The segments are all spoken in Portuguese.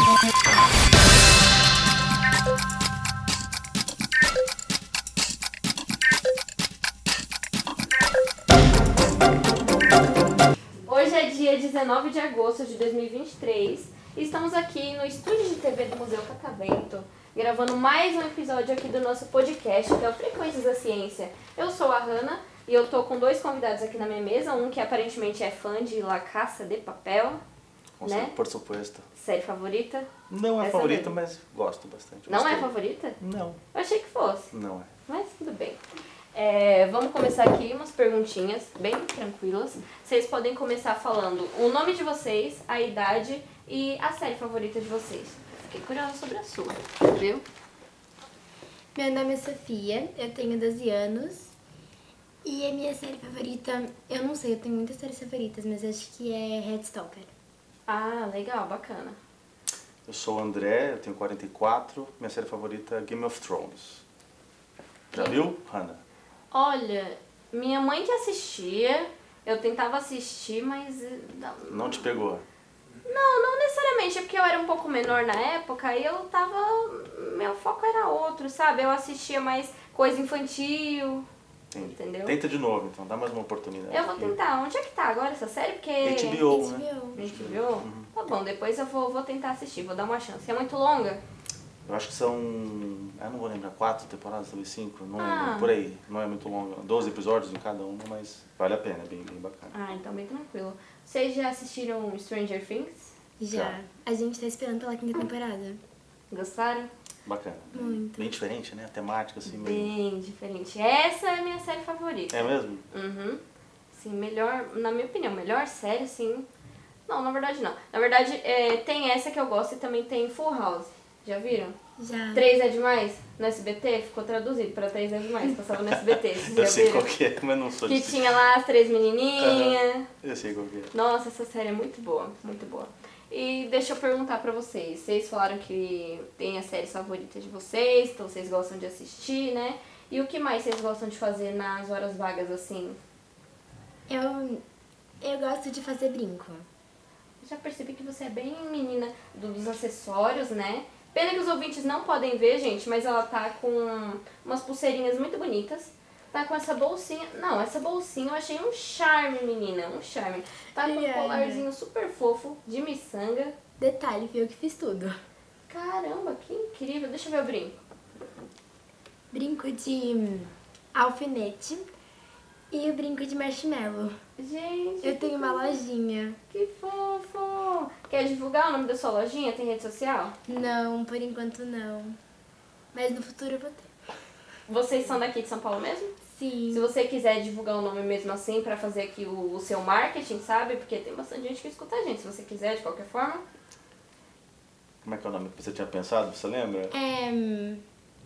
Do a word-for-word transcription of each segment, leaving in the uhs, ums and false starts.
Hoje é dia dezenove de agosto de dois mil e vinte e três e estamos aqui no estúdio de T V do Museu Catavento, gravando mais um episódio aqui do nosso podcast, que é o Frequências da Ciência. Eu sou a Hanna e eu tô com dois convidados aqui na minha mesa, um que aparentemente é fã de La Casa de Papel, Com né? Por supuesto. Série favorita? Não é Essa favorita, mesmo. mas gosto bastante. Não Gostei. é favorita? Não, Eu achei que fosse, não é. mas tudo bem. É, vamos começar aqui umas perguntinhas bem tranquilas. Vocês podem começar falando o nome de vocês, a idade e a série favorita de vocês. Fiquei curiosa sobre a sua, viu? Meu nome é Sofia, eu tenho doze anos e a minha série favorita, eu não sei, eu tenho muitas séries favoritas, mas acho que é Heartstopper. Ah, legal, bacana. Eu sou o André, eu tenho quarenta e quatro, minha série favorita é Game of Thrones. Já Game- viu, Hanna? Olha, minha mãe que assistia, eu tentava assistir, mas... eh, Não, Não te pegou? não, não necessariamente, é porque eu era um pouco menor na época e eu tava... Meu foco era outro, sabe? Eu assistia mais coisa infantil, Entendi. entendeu? Tenta de novo, então, dá mais uma oportunidade. Eu vou tentar. Onde é que tá agora essa série? Porque... H B O, né? H B O. H B O? Tá bom, depois eu vou, vou tentar assistir, vou dar uma chance. É muito longa? Eu acho que são, eu não vou lembrar, quatro temporadas, talvez cinco, não Ah. lembro, por aí. Não é muito longa, doze episódios em cada uma, mas vale a pena, é bem, bem bacana. Ah, então bem tranquilo. Vocês já assistiram Stranger Things? Já. Já. A gente tá esperando pela quinta temporada. Gostaram? Bacana. Muito. Bem diferente, né? A temática, assim, meio... Bem diferente. Essa é a minha série favorita. É mesmo? Uhum. Sim, melhor, na minha opinião, melhor série, assim... Não, na verdade não. Na verdade, é, tem essa que eu gosto e também tem Full House. Já viram? Já. Três é demais? No S B T? Ficou traduzido pra Três é demais. Passava no S B T. Vocês Eu já sei viram? qual que é, mas não sou Que de... tinha lá as três menininhas. Eu sei qual que é. Nossa, essa série é muito boa, muito boa. E deixa eu perguntar pra vocês. Vocês falaram que tem as séries favoritas de vocês, então vocês gostam de assistir, né? E o que mais vocês gostam de fazer nas horas vagas, assim? Eu, eu gosto de fazer brinco. Já percebi que você é bem menina do- dos acessórios, né? Pena que os ouvintes não podem ver, gente, mas ela tá com umas pulseirinhas muito bonitas. Tá com essa bolsinha. Não, essa bolsinha eu achei um charme, menina. Um charme. Tá com um Obrigada. colarzinho super fofo de miçanga. Detalhe, fui eu que fiz tudo. Caramba, que incrível. Deixa eu ver o brinco. Brinco de hum, alfinete e o brinco de marshmallow. Gente, Eu tenho uma lojinha. que fofo. Quer divulgar o nome da sua lojinha? Tem rede social? Não, por enquanto não. Mas no futuro eu vou ter. Vocês são daqui de São Paulo mesmo? Sim. Se você quiser divulgar o nome mesmo assim pra fazer aqui o, o seu marketing, sabe? Porque tem bastante gente que escuta a gente. Se você quiser, de qualquer forma. Como é que é o nome que você tinha pensado, você lembra? É... hum,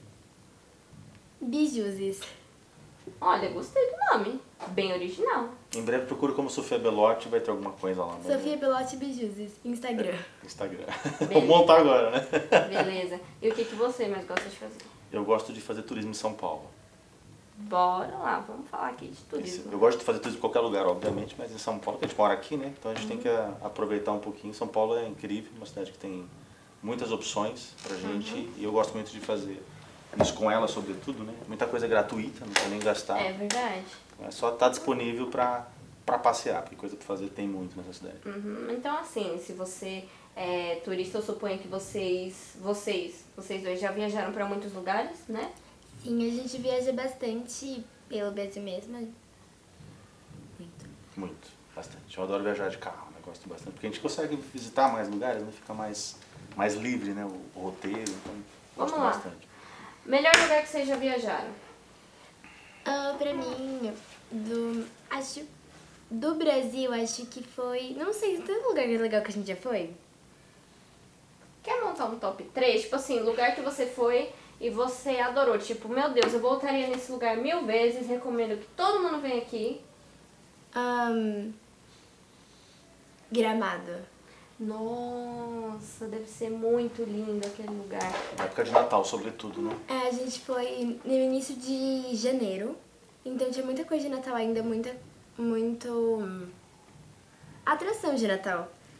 Bijuzes. Olha, gostei do nome. Bem original. Em breve procure como Sofia Belotti, vai ter alguma coisa lá. mas- Sofia Belotti Bijuzes, Instagram. Instagram. Beleza. Vou montar agora, né? Beleza. E o que, que você mais gosta de fazer? Eu gosto de fazer turismo em São Paulo. Bora lá, vamos falar aqui de Esse- turismo. Eu gosto de fazer turismo em qualquer lugar, obviamente, mas em São Paulo, que a gente mora aqui, né? Então a gente tem que a- aproveitar um pouquinho. São Paulo é incrível, uma cidade que tem muitas opções pra gente e eu gosto muito de fazer isso com ela, sobretudo, né? Muita coisa gratuita, não precisa nem gastar. É verdade. É só estar disponível pra, pra passear, porque coisa pra fazer tem muito nessa cidade. Uhum. Então, assim, se você é turista, eu suponho que vocês, vocês, vocês dois já viajaram pra muitos lugares, né? Sim, a gente viaja bastante pelo Brasil mesmo. Muito. Muito, bastante. Eu adoro viajar de carro, né? Gosto bastante, porque a gente consegue visitar mais lugares, né? Fica mais, mais livre, né? O, o roteiro, então gosto Vamos lá. bastante. Melhor lugar que vocês já viajaram? Ah, pra mim, do, acho, do Brasil, acho que foi... Não sei, tem um lugar legal que a gente já foi? Quer montar um top três? Tipo assim, lugar que você foi e você adorou. Tipo, meu Deus, eu voltaria nesse lugar mil vezes, recomendo que todo mundo venha aqui. Ahn, Gramado. Nossa, deve ser muito lindo aquele lugar. Na época de Natal, sobretudo, né? É, a gente foi no início de janeiro, então tinha muita coisa de Natal ainda, muita, muito hum, atração de Natal.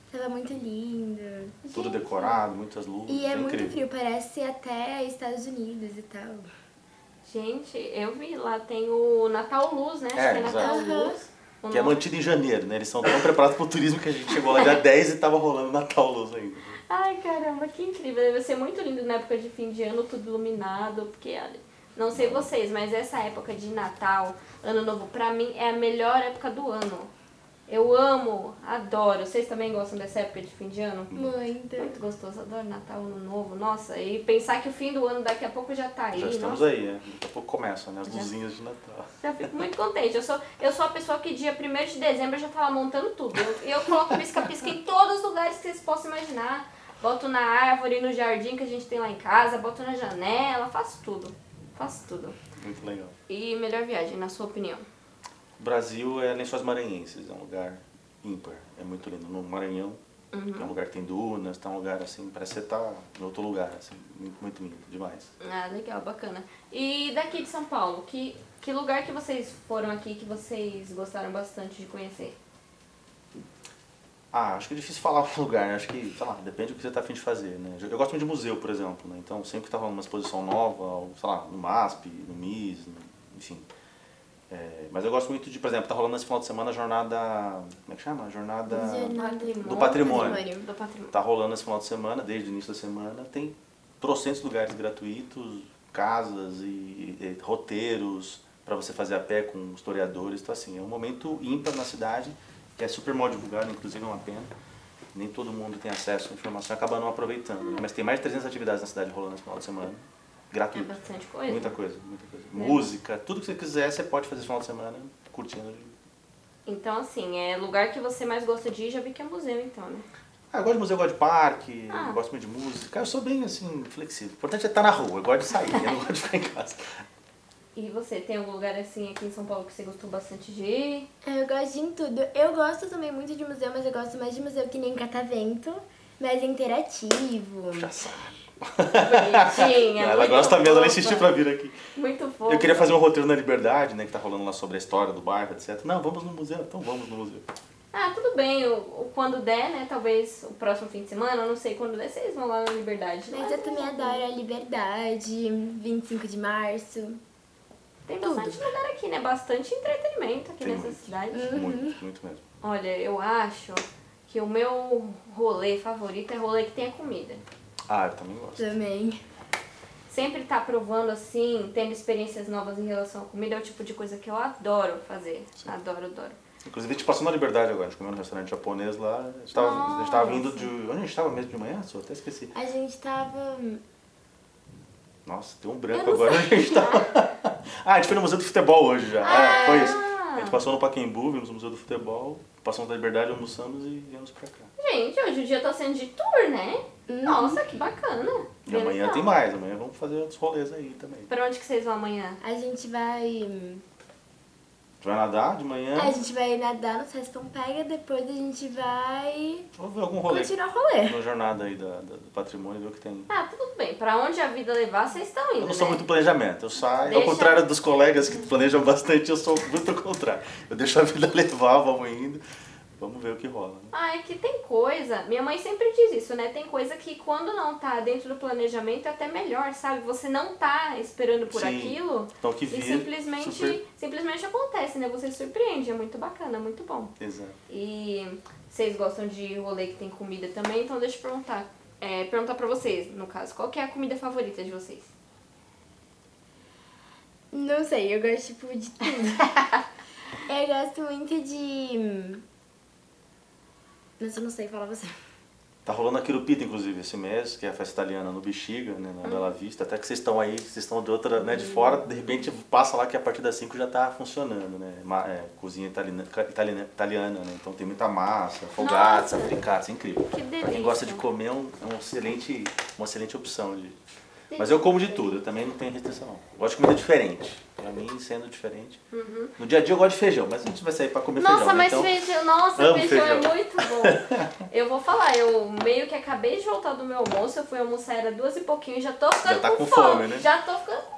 Tava muito lindo. Tudo decorado, muitas luzes. E é muito incrível. frio, parece até Estados Unidos e tal. Gente, eu vi lá, tem o Natal Luz, né? Acho É, que é Natal exato. Luz. O Que é nome- mantido em janeiro, né? Eles são tão preparados pro turismo que a gente chegou lá dia dez e tava rolando Natal Luz ainda. Ai, caramba, que incrível. Deve ser muito lindo na época de fim de ano, tudo iluminado, porque, olha, não sei vocês, mas essa época de Natal, Ano Novo, pra mim é a melhor época do ano. Eu amo, adoro. Vocês também gostam dessa época de fim de ano? Muito. Muito gostoso, adoro Natal, Ano Novo, nossa. E pensar que o fim do ano daqui a pouco já tá aí, Já estamos nossa. aí, né? Daqui a pouco começam, né? As Já. luzinhas de Natal. Já fico muito contente. Eu sou, eu sou a pessoa que dia primeiro de dezembro eu já tava montando tudo. Eu, eu coloco pisca-pisca em todos os lugares que vocês possam imaginar. Boto na árvore, no jardim que a gente tem lá em casa, boto na janela, faço tudo. Faço tudo. Muito legal. E melhor viagem, na sua opinião? O Brasil é Lençóis Maranhenses, é um lugar ímpar, é muito lindo. No Maranhão, Uhum. que é um lugar que tem dunas, tá um lugar assim, parece que você tá em outro lugar, assim, muito, muito lindo, demais. Ah, legal, bacana. E daqui de São Paulo, que, que lugar que vocês foram aqui que vocês gostaram bastante de conhecer? Ah, acho que é difícil falar um lugar, né? Acho que, sei lá, depende do que você tá afim de fazer, né? Eu gosto muito de museu, por exemplo, né? Então, sempre que tá rolando uma exposição nova, ou, sei lá, no MASP, no MIS, no- enfim. É, mas eu gosto muito de, por exemplo, tá rolando esse final de semana a jornada, como é que chama? A jornada Jornada do patrimônio. Do patrimônio. Tá rolando esse final de semana, desde o início da semana, tem trocentos lugares gratuitos, casas e, e roteiros para você fazer a pé com historiadores. Então, assim, é um momento ímpar na cidade, que é super mal divulgado, inclusive é uma pena. Nem todo mundo tem acesso à informação, acaba não aproveitando. né? Mas tem mais de trezentas atividades na cidade rolando esse final de semana, É gratuito. bastante coisa. Muita coisa, muita coisa. Música, tudo que você quiser, você pode fazer esse final de semana curtindo. Então, assim, é lugar que você mais gosta de ir, já vi que é museu, então, né? Ah, eu gosto de museu, eu gosto de parque, Ah. eu gosto muito de música. Eu sou bem, assim, flexível. O importante é estar na rua, eu gosto de sair, eu não gosto de ficar em casa. E você, tem algum lugar assim aqui em São Paulo que você gostou bastante de ir? Eu gosto de ir em tudo. Eu gosto também muito de museu, mas eu gosto mais de museu que nem Catavento, mais interativo. Já sabe. Bonitinha, Ela muito gosta mesmo, ela fofa. insistiu pra vir aqui. Muito fofo. Eu queria fazer um roteiro na Liberdade, né, que tá rolando lá sobre a história do bairro, etcétera. Não, vamos no museu, então vamos no museu. Ah, tudo bem, o, o- quando der, né? Talvez o próximo fim de semana, eu não sei quando der, vocês vão lá na Liberdade. Mas eu também adoro a Liberdade, vinte e cinco de março. Tem bastante lugar aqui, né? Bastante entretenimento aqui Tem nessa muito. cidade. Muito, muito mesmo. Olha, eu acho que o meu rolê favorito é rolê que tenha comida. Ah, eu também gosto. Também. Sempre tá provando assim, tendo experiências novas em relação à comida, é o tipo de coisa que eu adoro fazer. Adoro, adoro. Inclusive, a gente passou na Liberdade agora, a gente comeu num restaurante japonês lá. A gente tava, a gente tava vindo Nossa. de... Onde a gente tava mesmo de manhã? Só até esqueci. A gente tava... Nossa, deu um Eu branco não agora. A gente tava... ah, a gente foi no Museu do Futebol hoje já. Ah! É, foi isso. A gente passou no Pacaembu, vimos o Museu do Futebol, passamos na Liberdade, almoçamos e viemos pra cá. Gente, hoje o dia tá sendo de tour, né? Nossa, que bacana. E Bem amanhã legal. tem mais, amanhã vamos fazer outros rolês aí também. Pra onde que vocês vão amanhã? A gente vai... A gente vai nadar de manhã, A gente vai nadar no Sesc Pompeia, depois a gente vai vamos ver algum rolê continuar o rolê. na jornada aí da, da- do patrimônio, ver o que tem. Ah, tudo bem. Pra onde a vida levar, vocês estão indo, Eu não sou né? muito planejamento, eu saio, Deixa- ao contrário dos colegas que planejam bastante, eu sou muito ao contrário. Eu deixo a vida levar, vamos indo, vamos ver o que rola. Né? Ah, é que tem coisa, minha mãe sempre diz isso, né? Tem coisa que quando não tá dentro do planejamento é até melhor, sabe? Você não tá esperando por Sim. aquilo Então o que e vir, simplesmente, super... simplesmente acontece, né? Você surpreende, é muito bacana, muito bom. Exato. E vocês gostam de rolê que tem comida também, então deixa eu perguntar. É, perguntar pra vocês, no caso, qual que é a comida favorita de vocês? Não sei, eu gosto tipo de tudo. Eu gosto muito de... Mas eu não sei falar você. Tá rolando a Quirupita, inclusive, esse mês, que é a festa italiana no Bexiga, né, na Bela Vista. Até que vocês estão aí, vocês estão de outra, né, de fora, de repente passa lá que a partir das cinco já tá funcionando, né? Ma- é, cozinha italiana, italiana, italiana, né? Então tem muita massa, folgados, Nossa. fricados, é incrível. Que delícia. Pra quem gosta de comer, é um, é um excelente, uma excelente opção. De... Mas eu como de tudo, eu também não tenho restrição. não. Eu gosto de comida diferente. Pra mim, sendo diferente. No dia a dia eu gosto de feijão, mas a gente vai sair pra comer Nossa, feijão. né? mas Então, feijão, nossa, amo feijão, é feijão. muito bom. Eu vou falar, eu meio que acabei de voltar do meu almoço, eu fui almoçar, era duas e pouquinho, já tô ficando Já tá com, com fome, fome, né? Já tô ficando com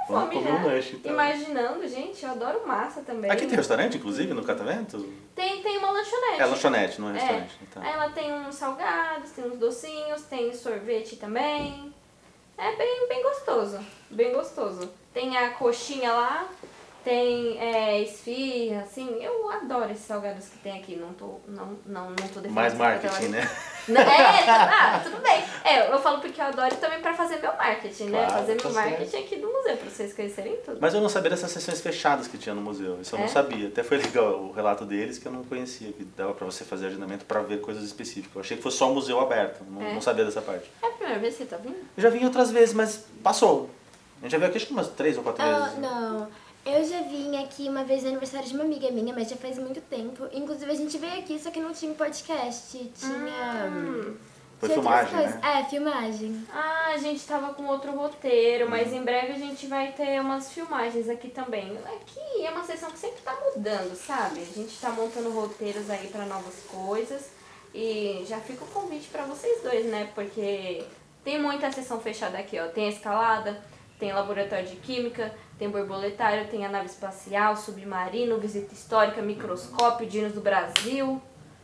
com Vamos fome comer já. um lanche, então. Imaginando, gente, eu adoro massa também. Aqui tem restaurante, inclusive, no Catavento? Tem, tem uma lanchonete. É lanchonete, não é É. restaurante. Então. Aí ela tem uns salgados, tem uns docinhos, tem sorvete também. É bem, bem gostoso, bem gostoso. Tem a coxinha lá, tem é, esfirra, assim. Eu adoro esses salgados que tem aqui. Não tô, não, não, não tô defendendo. Mais essa marketing, categoria. né? Não, É, ah, tudo bem. É, eu falo porque eu adoro também pra fazer meu marketing, né? Claro, Fazer tá meu marketing aqui do museu, pra vocês conhecerem tudo. Mas eu não sabia dessas sessões fechadas que tinha no museu. Isso eu É? não sabia. Até foi legal o relato deles que eu não conhecia, que dava pra você fazer agendamento pra ver coisas específicas. Eu achei que fosse só um museu aberto, não, É? não sabia dessa parte. É a primeira vez que você tá vindo? Eu já vim outras vezes, mas passou. A gente já veio aqui acho que umas três ou quatro Ah, vezes. não. Eu já vim aqui uma vez no aniversário de uma amiga minha, mas já faz muito tempo. Inclusive, a gente veio aqui, só que não tinha podcast. Tinha... Hum. Foi tinha outras filmagem, coisas. né? É, filmagem. Ah, a gente tava com outro roteiro, mas em breve a gente vai ter umas filmagens aqui também. Aqui é uma sessão que sempre tá mudando, sabe? A gente tá montando roteiros aí pra novas coisas. E já fica o convite pra vocês dois, né? Porque tem muita sessão fechada aqui, ó. Tem a escalada, tem laboratório de química, tem borboletário, tem a nave espacial, submarino, visita histórica, microscópio, dinos do Brasil.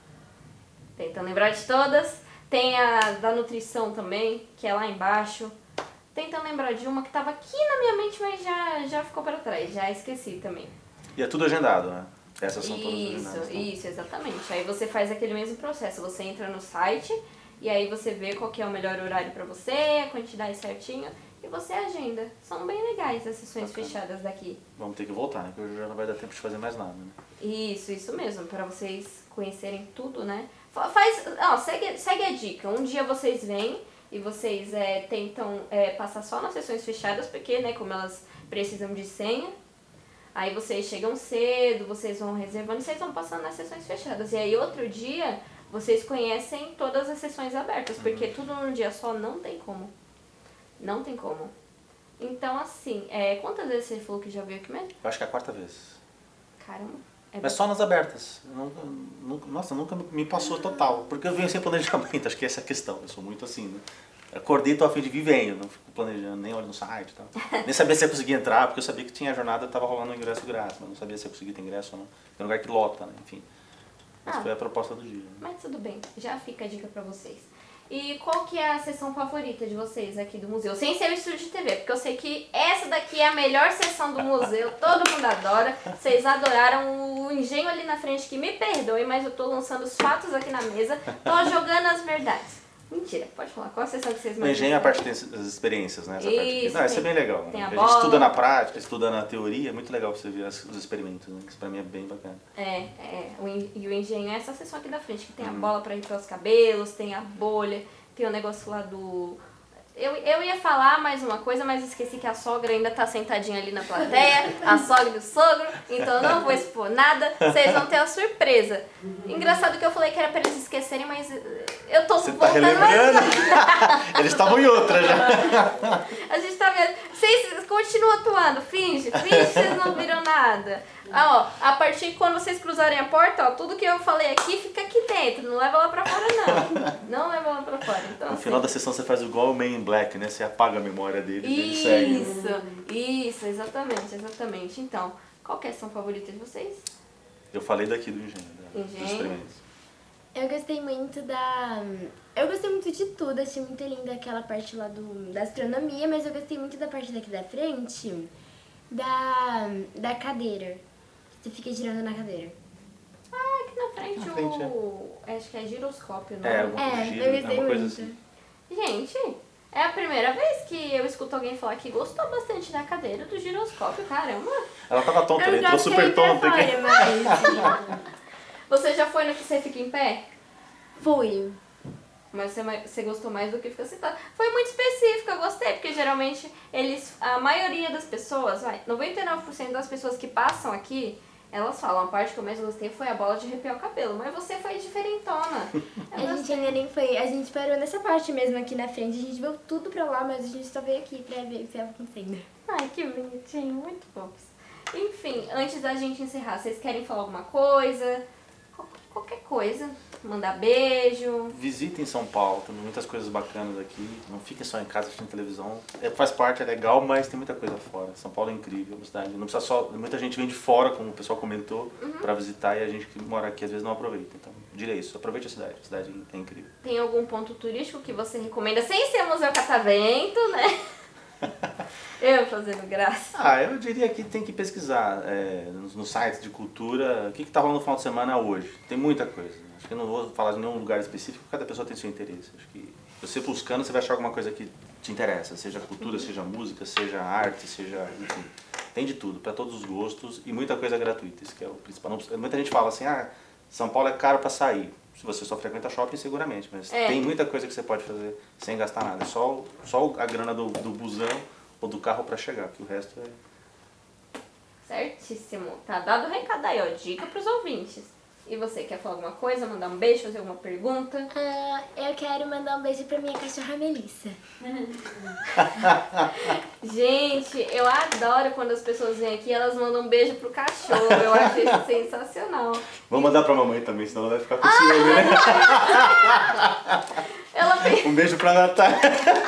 Tentando lembrar de todas. Tem a da nutrição também, que é lá embaixo. Tentando lembrar de uma que tava aqui na minha mente, mas já, já ficou para trás, já esqueci também. E é tudo agendado, né? Essas são todas Isso, agendadas. tá? isso, exatamente. Aí você faz aquele mesmo processo, você entra no site e aí você vê qual que é o melhor horário para você, a quantidade certinha e você agenda. São bem legais as sessões Bacana. fechadas daqui. Vamos ter que voltar, né? Porque hoje já não vai dar tempo de fazer mais nada, né? Isso, isso mesmo, para vocês conhecerem tudo, né? Fa- Faz, ó, segue, segue a dica. Um dia vocês vêm e vocês é, tentam é, passar só nas sessões fechadas, porque, né, como elas precisam de senha, aí vocês chegam cedo, vocês vão reservando e vocês vão passando nas sessões fechadas. E aí outro dia vocês conhecem todas as sessões abertas, porque tudo num dia só não tem como. Não tem como. Então, assim, é, quantas vezes você falou que já veio aqui mesmo? Eu acho que é a quarta vez. Caramba. É Mas só nas abertas. Eu nunca, nunca- nossa, nunca me passou total. Porque eu venho sem planejamento, acho que essa é a questão. Eu sou muito assim, né? Acordei, tô a fim de vir, venho. Não fico planejando, nem olho no site e tal. Nem sabia se ia conseguir entrar, porque eu sabia que tinha a jornada, tava rolando um ingresso grátis. Mas não sabia se ia conseguir ter ingresso ou não. Tem um lugar que lota, né? Enfim. Essa Ah. foi a proposta do dia. Né? Mas tudo bem, já fica a dica pra vocês. E qual que é a sessão favorita de vocês aqui do museu? Sem ser o estúdio de T V, porque eu sei que essa daqui é a melhor sessão do museu, todo mundo adora. Vocês adoraram o engenho ali na frente, que me perdoe, mas eu tô lançando os fatos aqui na mesa, tô jogando as verdades. Mentira, pode falar, qual a sessão que vocês No mais engenho é a gostam? parte das experiências, né? Essa parte aqui. Isso, Não, isso é tem- bem legal. tem a a gente bola. estuda na prática, estuda na teoria, é muito legal você ver as- os experimentos, né? Isso pra mim é bem bacana. É, é, o en- e o engenho é essa sessão aqui da frente, que tem Uhum. a bola pra ir os cabelos, tem a bolha, tem o negócio lá do... Eu, eu ia falar mais uma coisa, mas esqueci que a sogra ainda tá sentadinha ali na plateia, a sogra e o sogro, então eu não vou expor nada, vocês vão ter a surpresa. Engraçado que eu falei que era pra eles esquecerem, mas eu tô Você tá voltando mais... relembrando? Eles estavam em outra já. A gente tá vendo. Vocês continuam atuando, finge, finge que vocês não viram nada. Ah, ó, a partir de quando vocês cruzarem a porta, ó, tudo que eu falei aqui fica aqui dentro, não leva lá pra fora não. Não leva lá pra fora. Então, No assim, final da sessão você faz igual o Man in Black, né? Você apaga a memória deles e eles seguem. Isso, isso, exatamente, exatamente. Então, qual que é a sessão favorita de vocês? Eu falei daqui do engenho, né? Engenho. Dos experimentos. Eu gostei muito da... Eu gostei muito de tudo, achei muito linda aquela parte lá do, da astronomia, mas eu gostei muito da parte daqui da frente, da, da cadeira. Você fica girando na cadeira. Ah, aqui na frente, Na frente, o... Acho que é giroscópio, não É, é? alguma É, coisa gira, eu é gostei uma coisa muito. assim. Gente, é a primeira vez que eu escuto alguém falar que gostou bastante da cadeira do giroscópio, caramba. Ela tava tonta, Eu ela já entrou super fiquei pra tonta aqui. fora, mas... Você já foi no que você fica em pé? Fui. Mas você, ma- você gostou mais do que fica sentado. Foi muito específico, eu gostei, porque geralmente eles, a maioria das pessoas, vai, noventa e nove por cento das pessoas que passam aqui, elas falam, a parte que eu mais gostei foi a bola de arrepiar o cabelo, mas você foi diferentona. A Eu gente gostei. ainda nem foi... A gente parou nessa parte mesmo aqui na frente, a gente viu tudo pra lá, mas a gente só veio aqui pra ver o que estava acontecendo. Ai, que bonitinho, muito fofos. Enfim, antes da gente encerrar, vocês querem falar alguma coisa? Qual, qualquer coisa. Mandar beijo. Visitem São Paulo, tem muitas coisas bacanas aqui. Não fiquem só em casa assistindo televisão. É, faz parte, é legal, mas tem muita coisa fora. São Paulo é incrível, é uma cidade. Não precisa só. Muita gente vem de fora, como o pessoal comentou, uhum. pra visitar e a gente que mora aqui às vezes não aproveita. Então, diria isso, aproveite a cidade. A cidade é incrível. Tem algum ponto turístico que você recomenda sem ser o Museu Catavento, né? Eu fazendo graça. Ah, eu diria que tem que pesquisar é, nos, nos sites de cultura o que está rolando no final de semana hoje. Tem muita coisa. Acho que eu não vou falar de nenhum lugar específico, cada pessoa tem seu interesse. Acho que você buscando, você vai achar alguma coisa que te interessa, seja cultura, seja música, seja arte, seja, enfim, tem de tudo, para todos os gostos e muita coisa gratuita, isso que é o principal. Não, muita gente fala assim, ah, São Paulo é caro para sair. Se você só frequenta shopping, seguramente, mas é. tem muita coisa que você pode fazer sem gastar nada. É só, só a grana do, do busão ou do carro para chegar, que o resto é... Certíssimo. Tá dado o recado aí, ó. Dica pros ouvintes. E você, quer falar alguma coisa, mandar um beijo, fazer alguma pergunta? Uh, eu quero mandar um beijo pra minha cachorra Melissa. Gente, eu adoro quando as pessoas vêm aqui, elas mandam um beijo pro cachorro. Eu acho isso sensacional. Vou mandar pra mamãe também, senão ela vai ficar com ciúme, né? Ela fez... Um beijo pra Natália.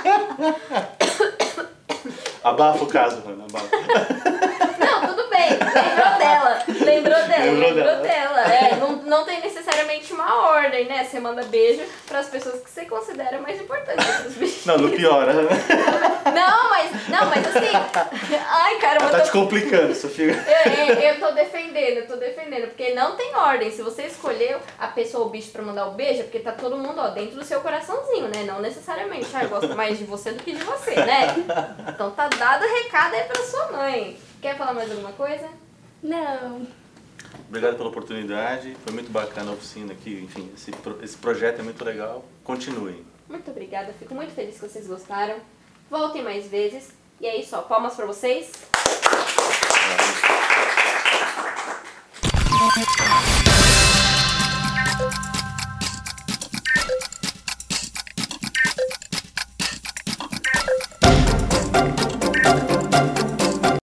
Abafa o caso, Ana, abafa. Não, tudo bem. Lembrou dela. Lembrou dela. Lembrou, lembrou dela. dela. É, não, não tem necessariamente uma ordem, né? Você manda beijo pras pessoas que você considera mais importantes pros bichos. Não, não piora. Não, mas, não, mas assim... Ai, cara, ela eu tá tô... te complicando, Sofia. Eu, eu, eu tô defendendo, eu tô defendendo. Porque não tem ordem. Se você escolheu a pessoa, o bicho, pra mandar o beijo, é porque tá todo mundo, ó, dentro do seu coraçãozinho, né? Não necessariamente, ah, eu gosto mais de você do que de você, né? Então tá dado o recado aí pra sua mãe. Quer falar mais alguma coisa? Não. Obrigado pela oportunidade, foi muito bacana a oficina aqui, enfim, esse, esse projeto é muito legal, continuem. Muito obrigada, fico muito feliz que vocês gostaram. Voltem mais vezes. E é isso, ó, palmas pra vocês. Valeu.